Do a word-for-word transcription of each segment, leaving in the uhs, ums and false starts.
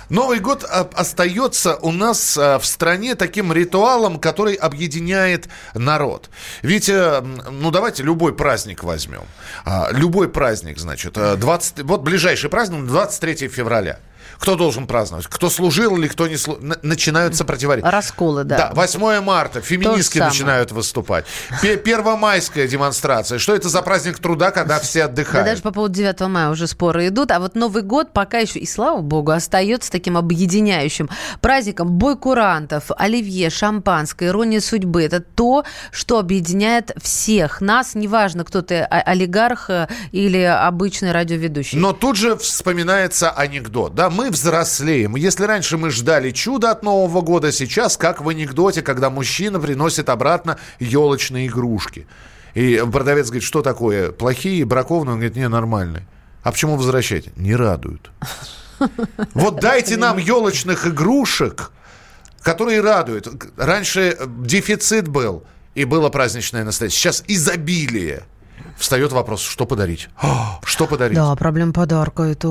Новый год остается у нас в стране таким ритуалом, который объединяет народ. Ведь, ну давайте любой праздник возьмем. Любой праздник, значит, двадцать, вот ближайший праздник двадцать третьего февраля. Кто должен праздновать? Кто служил или кто не служил? Начинаются противоречия. Расколы, да. Да, восьмое марта. Феминистки начинают выступать. Первомайская демонстрация. Что это за праздник труда, когда все отдыхают? Да даже по поводу девятого мая уже споры идут. А вот Новый год пока еще, и слава богу, остается таким объединяющим праздником. Бой курантов, оливье, шампанское, ирония судьбы. Это то, что объединяет всех нас. Неважно, кто ты, олигарх или обычный радиоведущий. Но тут же вспоминается анекдот. Да, мы взрослеем. Если раньше мы ждали чуда от Нового года, сейчас, как в анекдоте, когда мужчина приносит обратно елочные игрушки. И продавец говорит, что такое? Плохие, бракованные? Он говорит, не, нормальные. А почему возвращаете? Не радуют. Вот дайте нам елочных игрушек, которые радуют. Раньше дефицит был, и было праздничное настроение. Сейчас изобилие. Встает вопрос, что подарить? Что подарить? Да, проблема подарка это...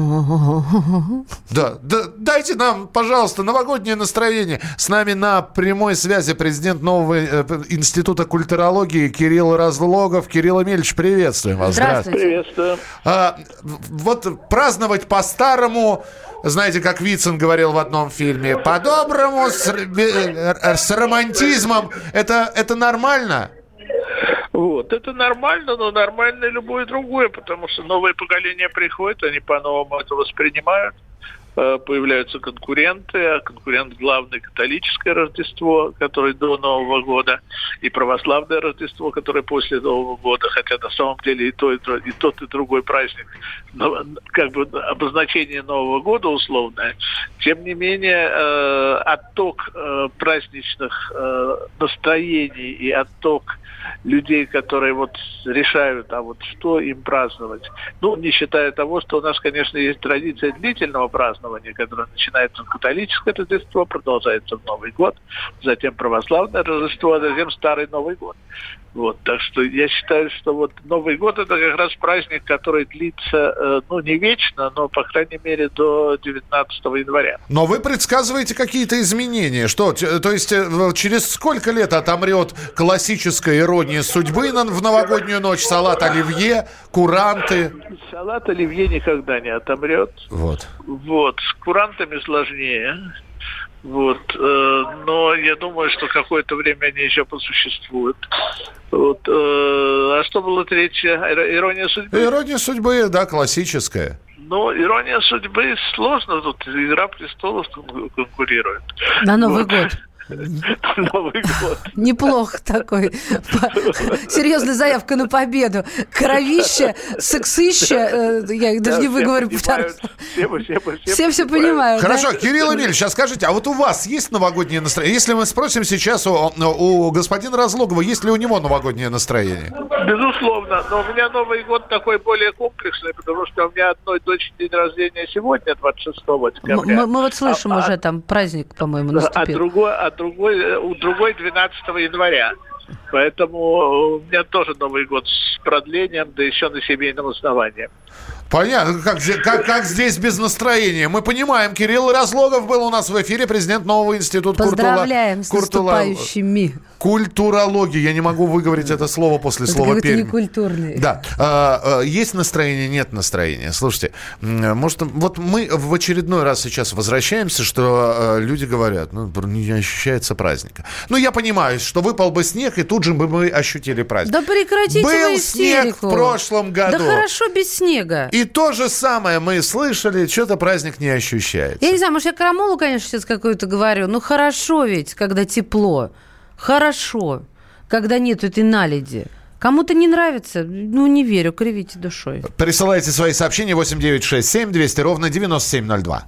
Да, да, дайте нам, пожалуйста, новогоднее настроение. С нами на прямой связи президент нового э, института культурологии Кирилл Разлогов. Кирилл Эмильевич, приветствуем вас. Здравствуйте. Приветствую. А, вот праздновать по-старому, знаете, как Вицин говорил в одном фильме, по-доброму, с, с романтизмом, это, это нормально? Вот, это нормально, но нормально и любое другое, потому что новое поколение приходит, они по-новому это воспринимают, появляются конкуренты, а конкурент главный католическое Рождество, которое до Нового года, и православное Рождество, которое после Нового года, хотя на самом деле и, то, и, то, и тот, и другой праздник, но, как бы обозначение Нового года условное, тем не менее э, отток э, праздничных э, настроений и отток людей, которые вот решают, а вот что им праздновать. Ну, не считая того, что у нас, конечно, есть традиция длительного празднования, которая начинается в католическое Рождество, продолжается в Новый год, затем православное Рождество, а затем Старый Новый год. Вот, так что я считаю, что вот Новый год это как раз праздник, который длится, э, ну, не вечно, но, по крайней мере, до девятнадцатого января. Но вы предсказываете какие-то изменения. Что, то есть, через сколько лет отомрет классическая ирония судьбы в новогоднюю ночь, салат оливье, куранты? Салат оливье никогда не отомрет. Вот. Вот, с курантами сложнее. Вот, э, но я думаю, что какое-то время они еще посуществуют. Вот, э, а что было третье? Ирония судьбы? Ирония судьбы, да, классическая. Ну, ирония судьбы сложно, тут Игра престолов конкурирует. На Новый вот. год. Новый год. Неплохо такой. Серьезная заявка на победу. Кровище, сексище. Я даже да, не выговорю. Все, все, все, все все понимают. Хорошо, да? Кирилл Эмильевич, сейчас скажите, а вот у вас есть новогоднее настроение? Если мы спросим сейчас у, у господина Разлогова, есть ли у него новогоднее настроение? Безусловно, но у меня Новый год такой более комплексный, потому что у меня одной дочери день рождения сегодня, двадцать шестого декабря. Мы, мы вот слышим а, уже а, там праздник, по-моему, наступил. А другой, а другой, у другой двенадцатого января. Поэтому у меня тоже Новый год с продлением, да еще на семейном основании. Понятно, как, как, как здесь без настроения. Мы понимаем, Кирилл Разлогов был у нас в эфире, президент нового института Поздравляем культура... с наступающими. Культурологии. Я не могу выговорить это слово после это слова Пермь. Некультурный. Да. А, а, есть настроение, нет настроения. Слушайте, может, вот мы в очередной раз сейчас возвращаемся, что а, люди говорят, ну, не ощущается праздника. Ну, я понимаю, что выпал бы снег, и тут же бы мы ощутили праздник. Да прекратите Был вы истерику. Снег в прошлом году. Да хорошо без снега. И то же самое мы слышали, что-то праздник не ощущается. Я не знаю, может, я крамолу, конечно, сейчас какую-то говорю. Ну, хорошо ведь, когда тепло. Хорошо, когда нету этой наледи. Кому-то не нравится, ну, не верю, кривите душой. Присылайте свои сообщения восемь девятьсот шестьдесят семь двести ровно девяносто семь ноль два.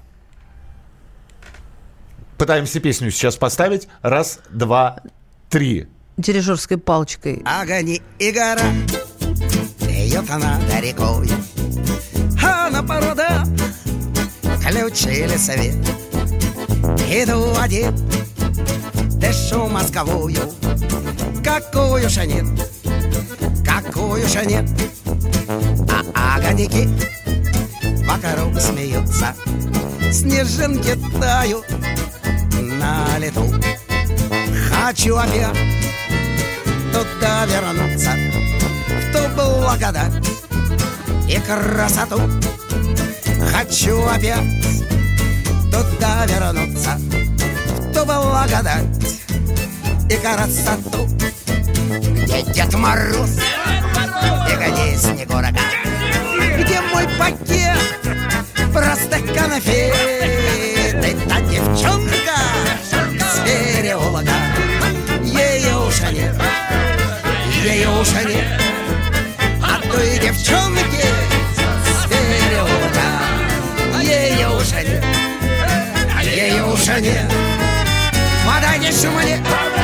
Пытаемся песню сейчас поставить. Раз, два, три. Дирижерской палочкой. Огонь и гора, льет она рекой, а на порода включили свет. Иду один, дышу мозговую, какую же нет, какую же нет. А огоньки вокруг смеются, снежинки тают на лету. Хочу опять туда вернуться, в ту благодать и красоту. Хочу опять туда вернуться, в ту благодать и красоту, где Дед Мороз и где Снегурка, где мой пакет простых конфет. И та девчонка с переулка, ее уже нет, ее уже нет. А той девчонки с переулка, ее уже нет, ее уже нет. Подойдешь мне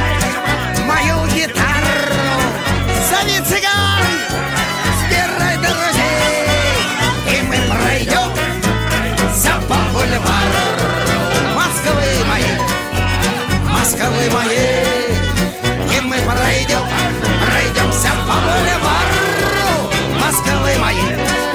мою гитару, зови цыган, собирай друзей, и мы пройдем за по бульвару Москвы моей, Москвы моей. И мы пройдем, пройдемся по бульвару Москвы моей,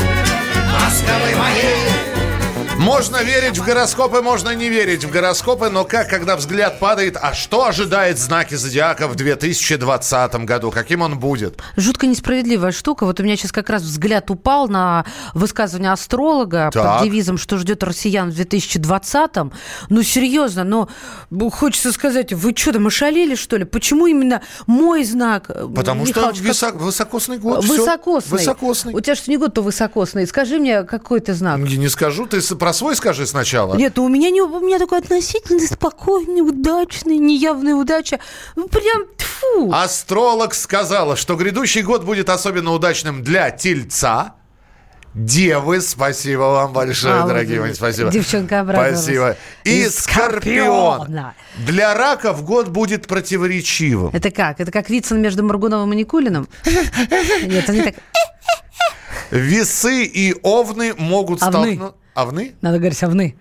Москвы моей. Можно верить в гороскопы, можно не верить в гороскопы, но как, когда взгляд падает, а что ожидает знаки зодиака в две тысячи двадцатом году? Каким он будет? Жутко несправедливая штука. Вот у меня сейчас как раз взгляд упал на высказывание астролога так. под девизом «Что ждет россиян в две тысячи двадцатом». Ну, серьезно, но хочется сказать, вы что, там ошалели, что ли? Почему именно мой знак? Потому Михалыч, что высок, высокосный год. Высокосный. Все. Высокосный. У тебя что не год, то высокосный. Скажи мне, какой ты знак? Я не скажу, ты про свой скажи сначала. Нет, у меня, не, у меня такой относительно спокойный, удачный, неявная удача. Прям тьфу. Астролог сказала, что грядущий год будет особенно удачным для Тельца, Девы, спасибо вам большое, а, дорогие мои, спасибо. Девчонка обрадовалась. Спасибо. И, И Скорпион. Скорпиона. Для Раков год будет противоречивым. Это как? Это как Вицин между Моргуновым и Никулиным? Нет, они так... Весы и Овны могут столкнуться... Овны? Надо говорить овны.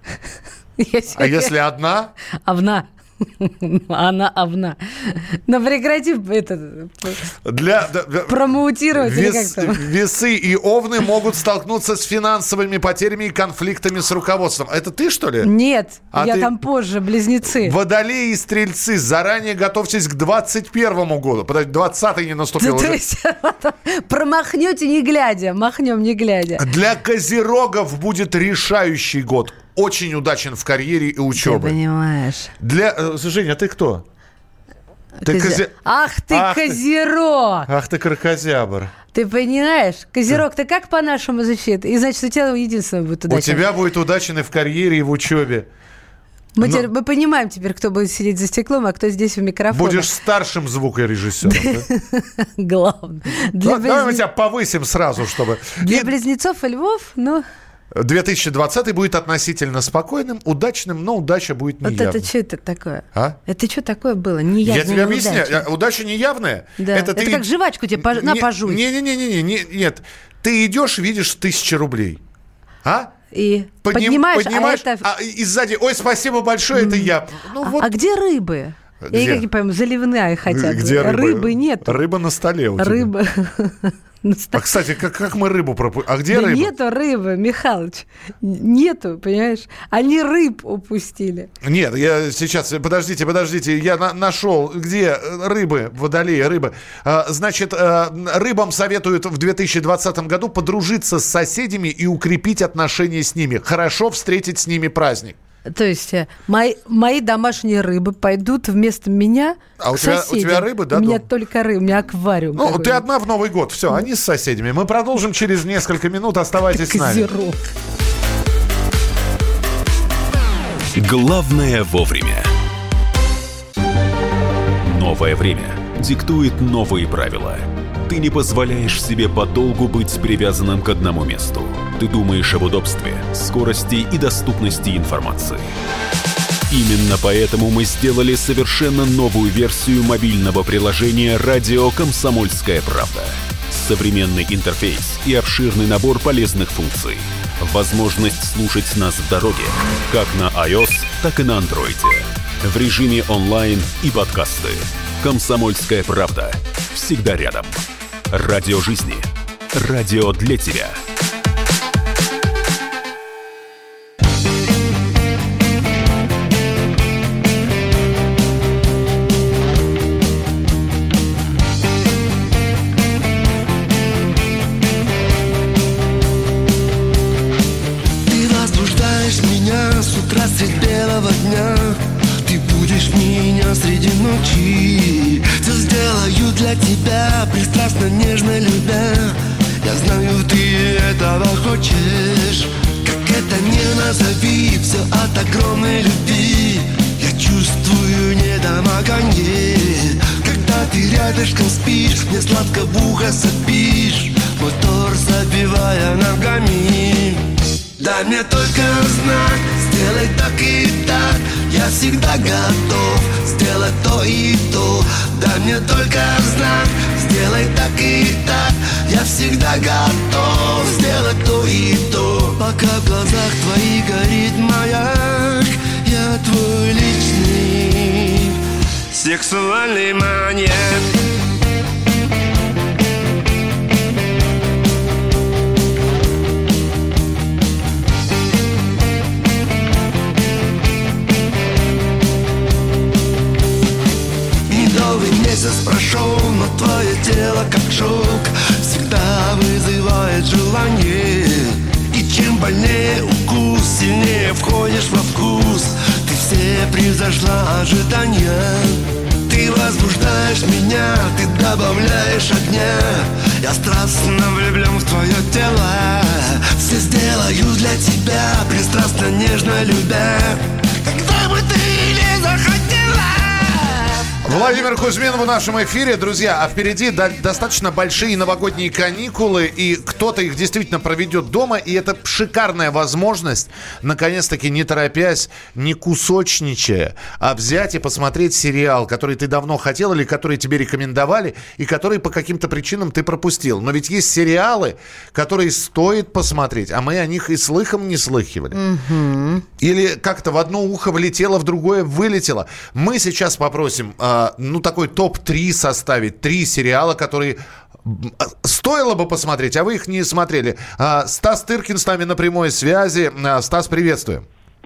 А если одна? Овна. Она овна. Но прекрати это Для, промоутировать. вес, весы и Овны могут столкнуться с финансовыми потерями и конфликтами с руководством. Это ты, что ли? Нет, а я ты... там позже, близнецы. Водолеи и Стрельцы, заранее готовьтесь к двадцать первому году. Подожди, двадцатый не наступил То уже. есть промахнете не глядя, махнем не глядя. Для Козерогов будет решающий год. Очень удачен в карьере и учебе. Ты понимаешь. Для... Женя, ты кто? Ты Козе... козе... Ах ты, Ах козерог! Ты... Ах ты, кракозябр. Ты понимаешь? Козерог, ты как по-нашему звучит? И значит, у тебя единственное будет удача. У тебя будет удачен и в карьере, и в учебе. Мы, Но... теперь, мы понимаем теперь, кто будет сидеть за стеклом, а кто здесь у микрофона. Будешь старшим звукорежиссером. Главное. Давай мы тебя повысим сразу, чтобы... Для близнецов и львов, ну... две тысячи двадцатый будет относительно спокойным, удачным, но удача будет неявной. Вот это что это такое? А? Это что такое было? Неявная Я тебе объясняю. удача. Удача неявная. Да. Это, это ты... как жвачку тебе пож... на пожуй. Не-не-не, нет. Ты идешь, видишь тысячи рублей. А? И Подним... поднимаешь, поднимаешь, а это... а и сзади, ой, спасибо большое, это я. Ну, а, вот. а где рыбы? Где? Я никак не пойму, заливные хотят. Где рыбы? Рыбы нет. Рыба на столе у тебя. Рыба. А, кстати, как, как мы рыбу пропустили? А где да рыба? нету рыбы, Михалыч. Нету, понимаешь? Они рыб упустили. Нет, я сейчас... Подождите, подождите. Я на- нашел, где рыбы, водолеи, рыбы. А, значит, а, рыбам советуют в две тысячи двадцатом году подружиться с соседями и укрепить отношения с ними. Хорошо встретить с ними праздник. То есть мои, мои домашние рыбы пойдут вместо меня а к у тебя, соседям. у тебя рыбы, да? У меня дом? только рыбы, у меня аквариум. Ну, какой-нибудь. ты одна в Новый год. Все, они с соседями. Мы продолжим через несколько минут. Оставайтесь с нами. Козерог. Главное вовремя. Новое время диктует новые правила. Ты не позволяешь себе подолгу быть привязанным к одному месту. Ты думаешь об удобстве, скорости и доступности информации. Именно поэтому мы сделали совершенно новую версию мобильного приложения «Радио Комсомольская правда». Современный интерфейс и обширный набор полезных функций. Возможность слушать нас в дороге, как на iOS, так и на Android. В режиме онлайн и подкасты. «Комсомольская правда». Всегда рядом. Радио жизни. Радио для тебя. ночи. Все сделаю для тебя, пристрастно, нежно любя. Я знаю, ты этого хочешь. Как это не назови, все от огромной любви. Я чувствую недомогание. Когда ты рядышком спишь, мне сладко в ухо сопишь, мотор забивая ногами. Дай мне только знак, сделай так и так. Я всегда готов сделать то и то. Дай мне только знак, сделай так и так. Я всегда готов сделать то и то. Пока в глазах твоих горит маяк, я твой личный сексуальный маньяк. Медовый месяц прошел, но твое тело как шелк всегда вызывает желание. И чем больнее укус, сильнее входишь во вкус. Ты все превзошла ожидания. Ты возбуждаешь меня, ты добавляешь огня. Я страстно влюблен в твое тело. Все сделаю для тебя, пристрастно, нежно любя. Когда бы ты не захотела. Владимир Кузьмин в нашем эфире. Друзья, а впереди до- достаточно большие новогодние каникулы, и кто-то их действительно проведет дома, и это шикарная возможность, наконец-таки, не торопясь, не кусочничая, а взять и посмотреть сериал, который ты давно хотел или который тебе рекомендовали, и который по каким-то причинам ты пропустил. Но ведь есть сериалы, которые стоит посмотреть, а мы о них и слыхом не слыхивали. Mm-hmm. Или как-то в одно ухо влетело, в другое вылетело. Мы сейчас попросим... ну, такой топ три составить. Три сериала, которые стоило бы посмотреть, а вы их не смотрели. Стас Тыркин с нами на прямой связи. Стас, приветствуем.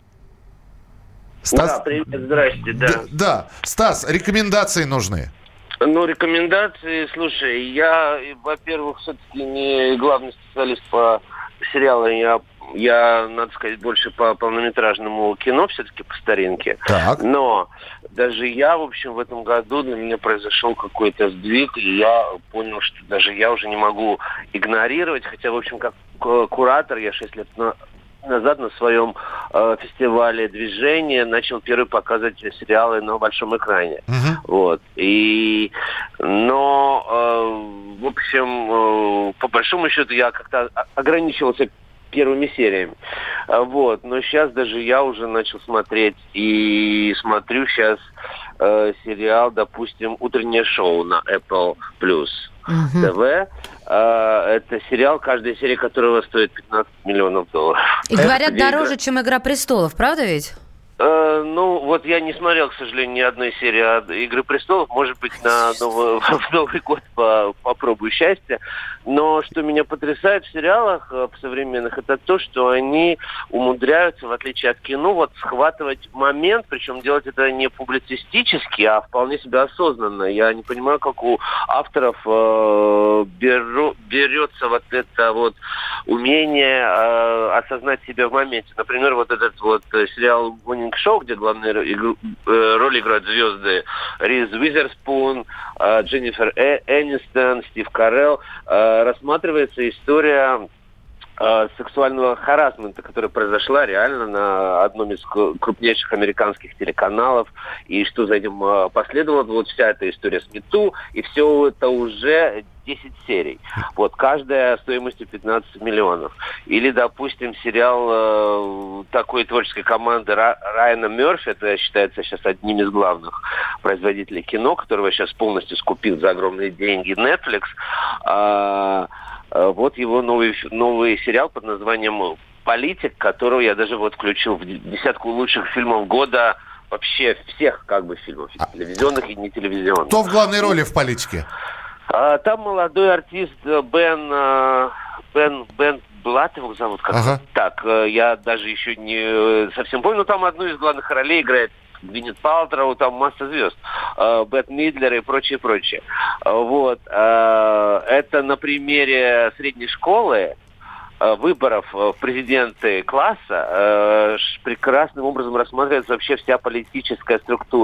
Стас... Да, привет, здрасте, да. Д- да. Стас, рекомендации нужны. Ну, рекомендации, слушай, я, во-первых, все-таки не главный специалист по сериалам, я Я, надо сказать, больше по полнометражному кино, все-таки по старинке. Так. Но даже я, в общем, в этом году для меня произошел какой-то сдвиг, и я понял, что даже я уже не могу игнорировать, хотя, в общем, как куратор, я шесть лет на, назад на своем э, фестивале движения начал первый показывать сериалы на большом экране. Uh-huh. Вот. И, но, э, в общем, э, по большому счету я как-то ограничивался первыми сериями. Вот. Но сейчас даже я уже начал смотреть и смотрю сейчас э, сериал, допустим, «Утреннее шоу» на Apple Plus uh-huh. ти ви. Э, это сериал, каждая серия которого стоит пятнадцать миллионов долларов. И говорят, дороже, чем «Игра престолов», правда ведь? Э, ну, вот я не смотрел, к сожалению, ни одной серии «Игры престолов». Может быть, на новый, в Новый год по, попробую счастье. Но что меня потрясает в сериалах э, современных, это то, что они умудряются, в отличие от кино, вот схватывать момент, причем делать это не публицистически, а вполне себе осознанно. Я не понимаю, как у авторов э, беру, берется вот это вот умение э, осознать себя в моменте. Например, вот этот вот сериал «Шоу», где главную роль играют звезды Риз Уизерспун, Дженнифер Энистон, Стив Карелл, рассматривается история сексуального харассмента, которая произошла реально на одном из крупнейших американских телеканалов, и что за этим последовало, вот вся эта история с МИТУ, и все это уже десять серий. Вот, каждая стоимостью пятнадцать миллионов. Или, допустим, сериал э, такой творческой команды Ра- Райана Мерфи, это считается сейчас одним из главных производителей кино, которого сейчас полностью скупил за огромные деньги Netflix. А, а, вот его новый, новый сериал под названием «Политик», которого я даже вот включил в десятку лучших фильмов года, вообще всех как бы фильмов, телевизионных и не телевизионных. Кто в главной роли в «Политике»? А, там молодой артист Бен, Бен, Бен Блат его зовут, как ага. так, я даже еще не совсем помню, но там одну из главных ролей играет Гвинет Палтроу, там масса звезд, Бет Мидлер и прочее, прочее. Вот, это на примере средней школы, выборов в президенты класса прекрасным образом рассматривается вообще вся политическая структура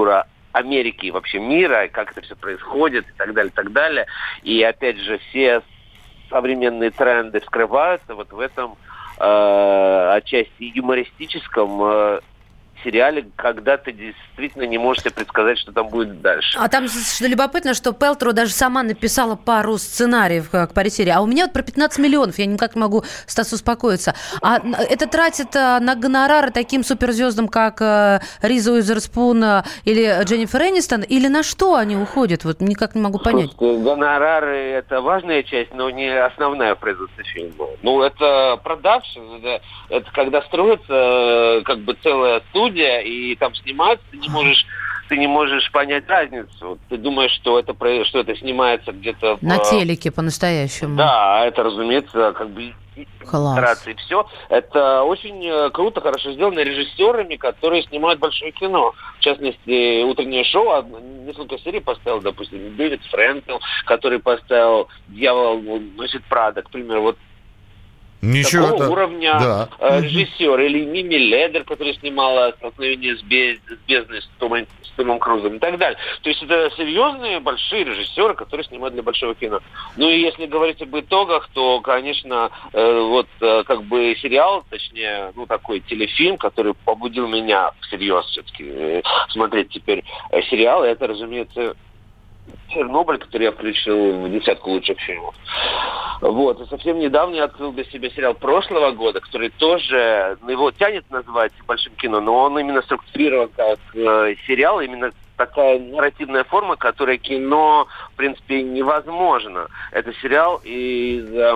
Америки и вообще мира, как это все происходит и так далее, и так далее. И опять же, все современные тренды вскрываются вот в этом э, отчасти юмористическом э, сериале, когда ты действительно не можешь себе предсказать, что там будет дальше. А там, что любопытно, что Пелтроу даже сама написала пару сценариев к паре серий. А у меня вот про пятнадцать миллионов, я никак не могу, Стас, успокоиться. А это тратит на гонорары таким суперзвездам, как Риза Уизерспун или Дженнифер Энистон, или на что они уходят? Вот никак не могу понять. Слушайте, гонорары – это важная часть, но не основная в производстве фильма. Ну, это продакшн, это, это когда строится как бы целая студия, и там сниматься, ты не можешь, ты не можешь понять разницу. Ты думаешь, что это, что это снимается где-то в... На телеке по-настоящему. Да, это, разумеется, как бы Класс. И все. Это очень круто, хорошо сделано режиссерами, которые снимают большое кино. В частности, «Утреннее шоу» несколько серий поставил, допустим, Дэвид Фрэнкел, который поставил «Дьявол носит Прада», к примеру, вот. Ничего Такого это... уровня да. режиссер. Или Мими Ледер, которая снимала «Столкновение с, без... с бездной» с Томом... с Томом Крузом и так далее. То есть это серьезные, большие режиссеры, которые снимают для большого кино. Ну и если говорить об итогах, то, конечно, э, вот э, как бы сериал, точнее, ну такой телефильм, который побудил меня всерьез все-таки э, смотреть теперь э, сериалы, это, разумеется, «Чернобыль», который я включил в десятку лучших фильмов. Вот. И совсем недавно я открыл для себя сериал прошлого года, который тоже, его тянет назвать большим кино, но он именно структурирован как э, сериал, именно такая нарративная форма, которая кино, в принципе, невозможно. Это сериал из, э,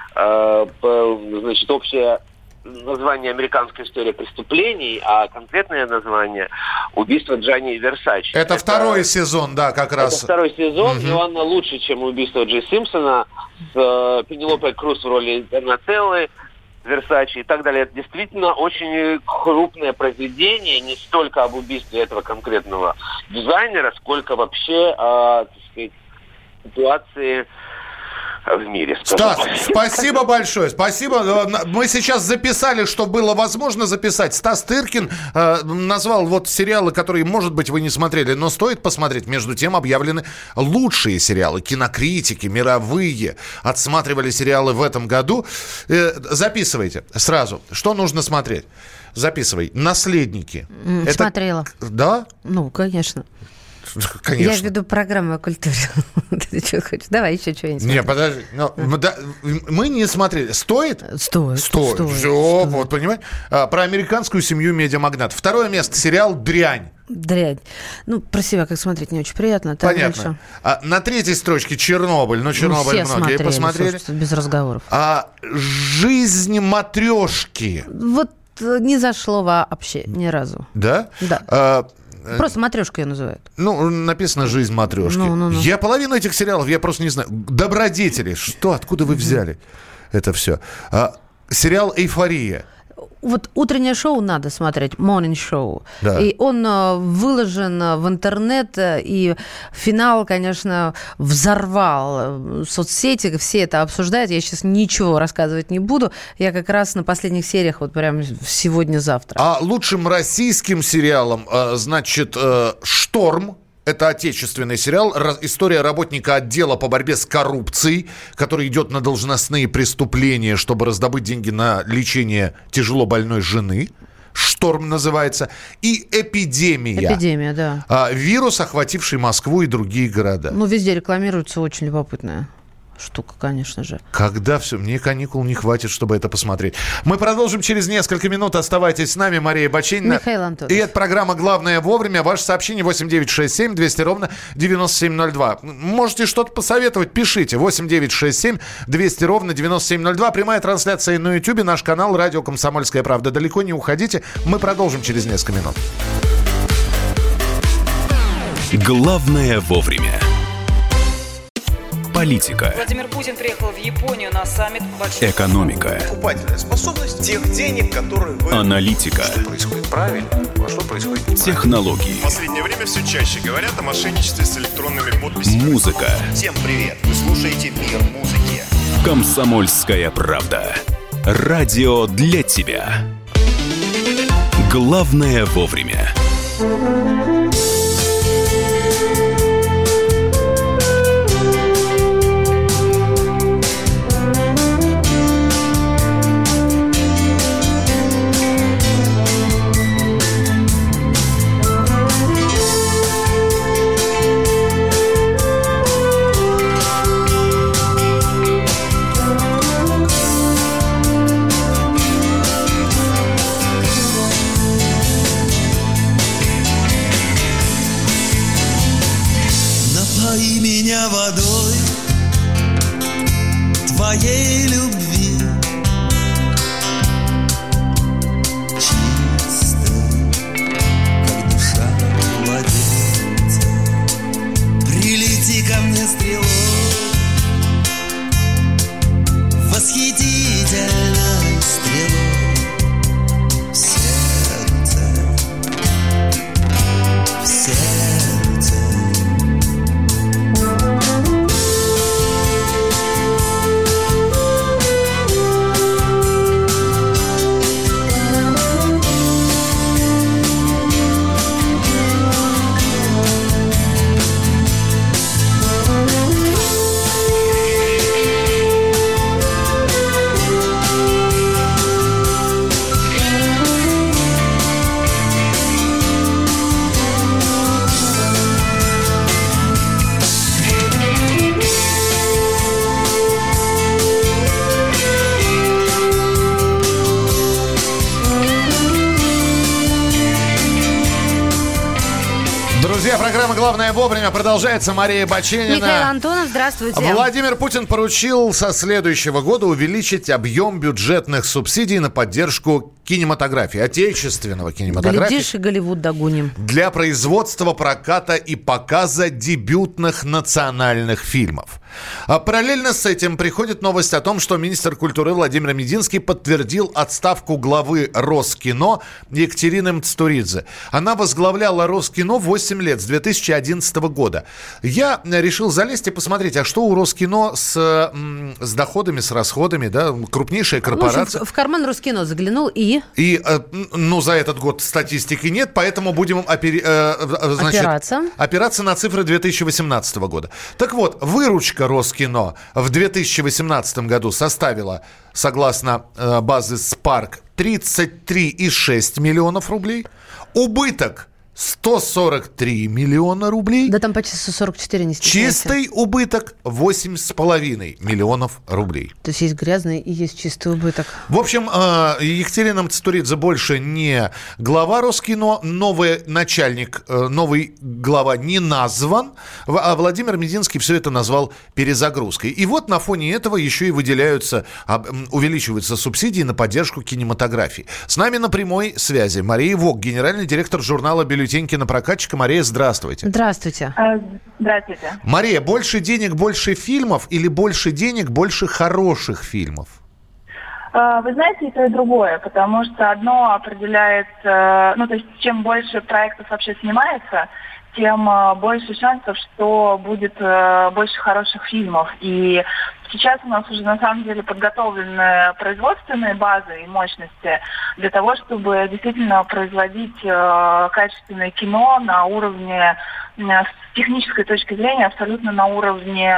э, значит, общее название «Американская история преступлений», а конкретное название «Убийство Джанни Версачи». Это, это второй сезон, да, как раз. Это второй сезон, угу. и он лучше, чем «Убийство Джей Симпсона» с э, Пенелопой Круз в роли Донателлы, Версачи и так далее. Это действительно очень крупное произведение, не столько об убийстве этого конкретного дизайнера, сколько вообще о, так сказать, ситуации в мире. Стас, спасибо большое. Спасибо. Мы сейчас записали, что было возможно записать. Стас Тыркин э, назвал вот сериалы, которые, может быть, вы не смотрели, но стоит посмотреть. Между тем объявлены лучшие сериалы. Кинокритики, мировые. Отсматривали сериалы в этом году. Э, записывайте сразу. Что нужно смотреть? Записывай. «Наследники». Mm, Это... Смотрела. Да? Ну, конечно. Конечно. Я веду программу о культуре. Ты что хочешь? Давай еще что-нибудь. Не, подожди. Ну, да, мы не смотрели. Стоит? Стоит. Стоит. Стоит. Все, стоит. вот, понимаете? А, про американскую семью медиамагнатов. Второе место. Сериал «Дрянь». Дрянь. Ну, про себя как смотреть не очень приятно. Там понятно. А, на третьей строчке «Чернобыль». Ну, «Чернобыль» ну, все многие смотрели, посмотрели. Без разговоров. А «Жизнь матрешки». Вот не зашло вообще ни разу. Да? Да. А, просто матрешку ее называют. Ну, написано «Жизнь матрешки». Ну, ну, ну. Я половину этих сериалов, я просто не знаю. «Добродетели». Что? Откуда вы взяли это все? А, сериал «Эйфория». Вот «Утреннее шоу» надо смотреть, «Morning Show». Да. И он выложен в интернет, и финал, конечно, взорвал соцсети, все это обсуждают. Я сейчас ничего рассказывать не буду. Я как раз на последних сериях вот прям сегодня-завтра. А лучшим российским сериалом, значит, «Шторм». Это отечественный сериал. История работника отдела по борьбе с коррупцией, который идет на должностные преступления, чтобы раздобыть деньги на лечение тяжело больной жены. «Шторм» называется. И «Эпидемия». Эпидемия, да. Вирус, охвативший Москву и другие города. Ну, везде рекламируется, очень любопытная штука, конечно же. Когда все? Мне каникул не хватит, чтобы это посмотреть. Мы продолжим через несколько минут. Оставайтесь с нами, Мария Баченина. Михаил Антонов. И это программа «Главное вовремя». Ваше сообщение восемь девятьсот шестьдесят семь двести ровно девяносто семь ноль два. Можете что-то посоветовать? Пишите. восемь девятьсот шестьдесят семь двести ровно девяносто семь ноль два. Прямая трансляция на Ютьюбе. Наш канал «Радио Комсомольская правда». Далеко не уходите. Мы продолжим через несколько минут. Главное вовремя. Политика. Владимир Путин приехал в Японию на саммит большой... Экономика. Покупательная способность тех денег, которые вы... Аналитика. Что происходит правильно, а что происходит неправильно. Технологии. В последнее время все чаще говорят о мошенничестве с электронными подписями. Музыка. Всем привет, вы слушаете «Мир музыки». Комсомольская правда. Радио для тебя. Главное вовремя. Друзья, программа «Главное вовремя» продолжается. Мария Баченина. Михаил Антонов, здравствуйте. Владимир Путин поручил со следующего года увеличить объем бюджетных субсидий на поддержку кинематографии, отечественного кинематографии. Глядишь, и Голливуд догоним. Для производства, проката и показа дебютных национальных фильмов. А параллельно с этим приходит новость о том, что министр культуры Владимир Мединский подтвердил отставку главы Роскино Екатерины Мцтуридзе. Она возглавляла Роскино восемь лет, с две тысячи одиннадцатого года. Я решил залезть и посмотреть, а что у Роскино с, с доходами, с расходами, да, крупнейшая корпорация. Ну, в, в карман Роскино заглянул и... И, ну, за этот год статистики нет, поэтому будем опери, значит, опираться. опираться на цифры две тысячи восемнадцатого года. Так вот, выручка Роскино в две тысячи восемнадцатом году составила, согласно э, базы Spark, тридцать три и шесть миллионов рублей. Убыток сто сорок три миллиона рублей. Да там почти сто сорок четыре, не стесняйся. Чистый убыток восемь с половиной миллионов рублей. То есть есть грязный и есть чистый убыток. В общем, Екатерина Мцтуридзе больше не глава Роскино, новый начальник, новый глава не назван, а Владимир Мединский все это назвал перезагрузкой. И вот на фоне этого еще и выделяются, увеличиваются субсидии на поддержку кинематографии. С нами на прямой связи Мария Вок, генеральный директор журнала «Бюллетень кинопрокатчика». Мария, здравствуйте. Здравствуйте. Здравствуйте. Мария, больше денег, больше фильмов или больше денег, больше хороших фильмов? Вы знаете, и то, и другое, потому что одно определяет, ну, то есть, чем больше проектов вообще снимается, тем больше шансов, что будет больше хороших фильмов. И сейчас у нас уже на самом деле подготовлены производственные базы и мощности для того, чтобы действительно производить качественное кино на уровне, с технической точки зрения, абсолютно на уровне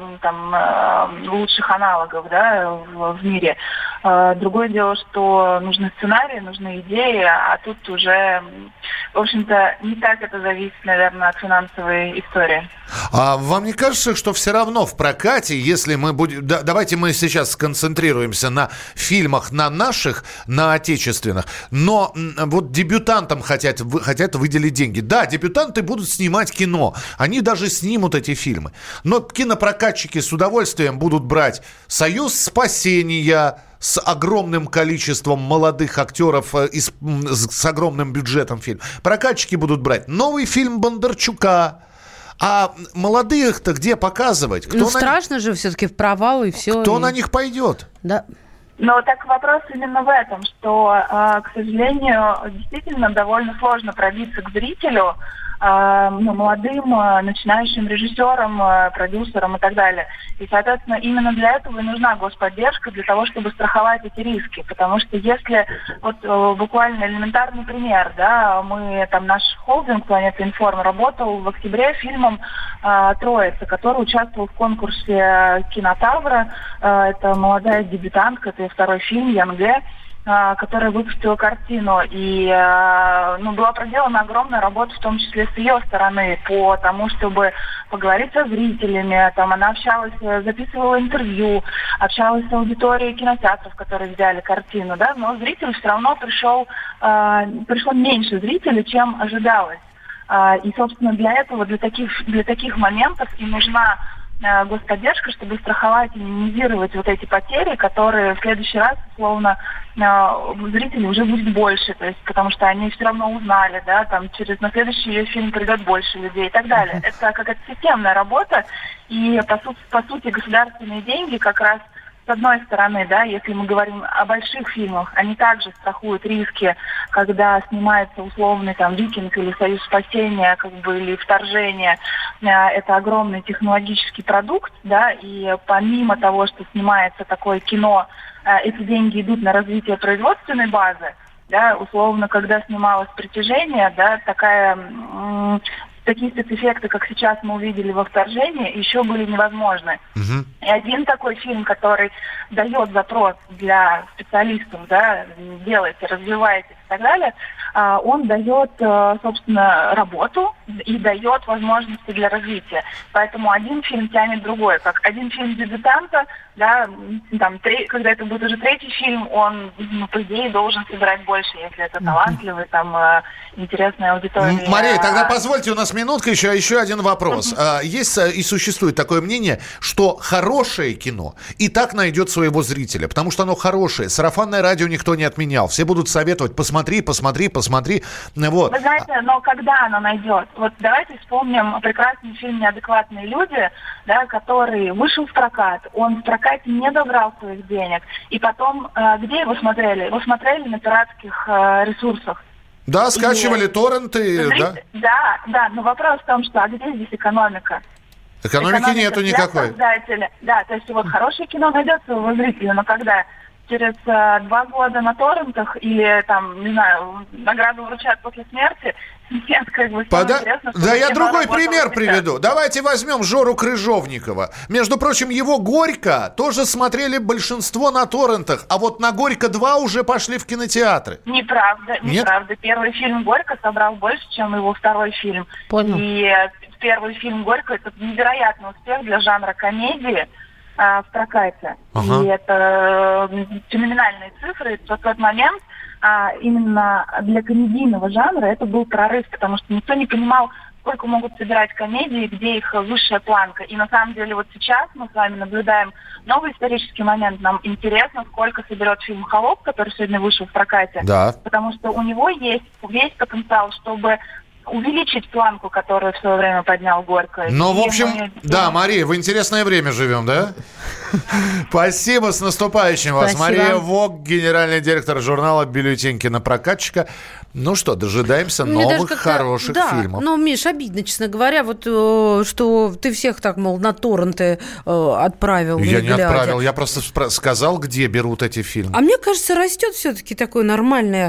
там, лучших аналогов, да, в, в мире. Другое дело, что нужны сценарии, нужны идеи, а тут уже, в общем-то, не так это зависит, наверное, от финансовой истории. А вам не кажется, что все равно в прокате, если мы будем... Да, давайте мы сейчас сконцентрируемся на фильмах, на наших, на отечественных, но вот дебютантам хотят, хотят выделить деньги. Да, дебютанты будут снимать кино, они даже снимут эти фильмы, но кинопрокатчики с удовольствием будут брать «Союз спасения», с огромным количеством молодых актеров и с, с огромным бюджетом фильма. Прокатчики будут брать новый фильм Бондарчука. А молодых-то где показывать? Кто ну, страшно них... же все-таки в провал и все. Кто и... на них пойдет? Да. Но так вопрос именно в этом, что, к сожалению, действительно довольно сложно пробиться к зрителю, ну, молодым, начинающим режиссерам, продюсерам и так далее. И, соответственно, именно для этого и нужна господдержка, для того, чтобы страховать эти риски. Потому что если, вот буквально элементарный пример, да, мы, там, наш холдинг «Планета Информ» работал в октябре фильмом «Троица», который участвовал в конкурсе «Кинотавра». Это молодая дебютантка, это ее второй фильм «Янге», которая выпустила картину. И ну, была проделана огромная работа, в том числе с ее стороны, по тому, чтобы поговорить со зрителями. Там она общалась, записывала интервью, общалась с аудиторией кинотеатров, которые взяли картину. Да? Но зритель все равно пришел, пришло меньше зрителей, чем ожидалось. И, собственно, для этого, для таких, для таких моментов и нужна господдержка, чтобы страховать и минимизировать вот эти потери, которые в следующий раз, условно, зрителей уже будет больше, то есть, потому что они все равно узнали, да, там через на следующий ее фильм придет больше людей и так далее. Mm-hmm. Это какая-то системная работа, и по сути, по сути государственные деньги как раз с одной стороны, да, если мы говорим о больших фильмах, они также страхуют риски, когда снимается условный там «Викинг» или «Союз спасения», как бы, или «Вторжение». Это огромный технологический продукт, да, и помимо того, что снимается такое кино, эти деньги идут на развитие производственной базы, да, условно, когда снималось «Притяжение», да, такая... М- Такие спецэффекты, как сейчас мы увидели во «Вторжении», еще были невозможны. Uh-huh. И один такой фильм, который дает запрос для специалистов, да, делайте, развивайте и так далее, он дает, собственно, работу и дает возможности для развития. Поэтому один фильм тянет другой. Как один фильм дебютанта, да, там, три, когда это будет уже третий фильм, он, ну, по идее, должен собирать больше, если это талантливый, там, интересная аудитория. Мария, тогда позвольте, у нас минутка, еще, еще один вопрос. Uh-huh. Есть и существует такое мнение, что хорошее кино и так найдет своего зрителя, потому что оно хорошее. Сарафанное радио никто не отменял. Все будут советовать, посмотри, посмотри, посмотри. Вот. Вы знаете, но когда оно найдет? Вот давайте вспомним прекрасный фильм «Неадекватные люди», да, который вышел в прокат. Он в прокате не добрал своих денег. И потом, где его смотрели? Его смотрели на пиратских ресурсах. Да, скачивали и, торренты, зритель, да? Да, да, но вопрос в том, что а где здесь экономика? Экономики экономика нету никакой. Создателя. Да, то есть вот хорошее кино найдет своего зрителя, но когда через э, два года на торрентах или там, не знаю, награду вручают после смерти, нет, как бы Пода... интересно. Да, я другой пример приведу. Давайте возьмем Жору Крыжовникова. Между прочим, его «Горько» тоже смотрели большинство на торрентах, а вот на «Горько два» уже пошли в кинотеатры. Неправда, неправда. Первый фильм «Горько» собрал больше, чем его второй фильм. Понял. И первый фильм «Горько» — это невероятный успех для жанра комедии а, в прокате. Ага. И это э, феноменальные цифры. В тот момент а, именно для комедийного жанра это был прорыв, потому что никто не понимал, сколько могут собирать комедии, где их высшая планка. И на самом деле вот сейчас мы с вами наблюдаем новый исторический момент. Нам интересно, сколько соберет фильм «Холоп», который сегодня вышел в прокате. Да. Потому что у него есть весь потенциал, чтобы увеличить планку, которую в свое время поднял Горько. Ну, в общем, мы... да, Мария, в интересное время живем, да? Спасибо, с наступающим вас. Мария Вок, генеральный директор журнала «Бюллетень кинопрокатчика». Ну что, дожидаемся новых хороших фильмов. Ну, Миш, обидно, честно говоря, вот что ты всех так, мол, на торренты отправил. Я не отправил, я просто сказал, где берут эти фильмы. А мне кажется, растет все-таки такое нормальное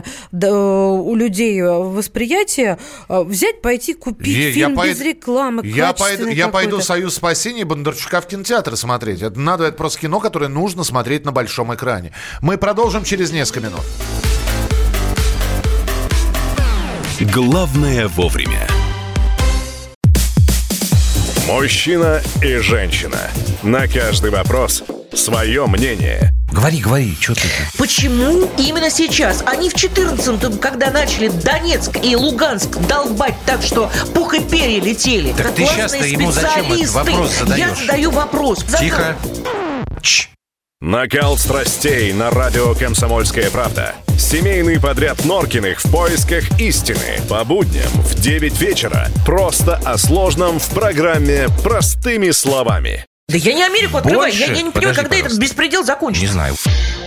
у людей восприятие. Взять, пойти купить я, фильм я без пойду, рекламы, я пойду, я пойду «Союз спасения» Бондарчука в кинотеатр смотреть. Это надо, это просто кино, которое нужно смотреть на большом экране. Мы продолжим через несколько минут. Главное вовремя. Мужчина и женщина. На каждый вопрос свое мнение. Говори, говори, что ты... Почему именно сейчас? Они в четырнадцатом, когда начали Донецк и Луганск долбать так, что пух и перья летели. Так ты сейчас-то ему зачем этот вопрос задаешь? Я задаю вопрос. Тихо. Чш. Накал страстей на радио «Комсомольская правда». Семейный подряд Норкиных в поисках истины. По будням в девять вечера. Просто о сложном в программе «Простыми словами». Да я не Америку открываю. Я, я не понимаю, когда этот беспредел закончится. Не знаю.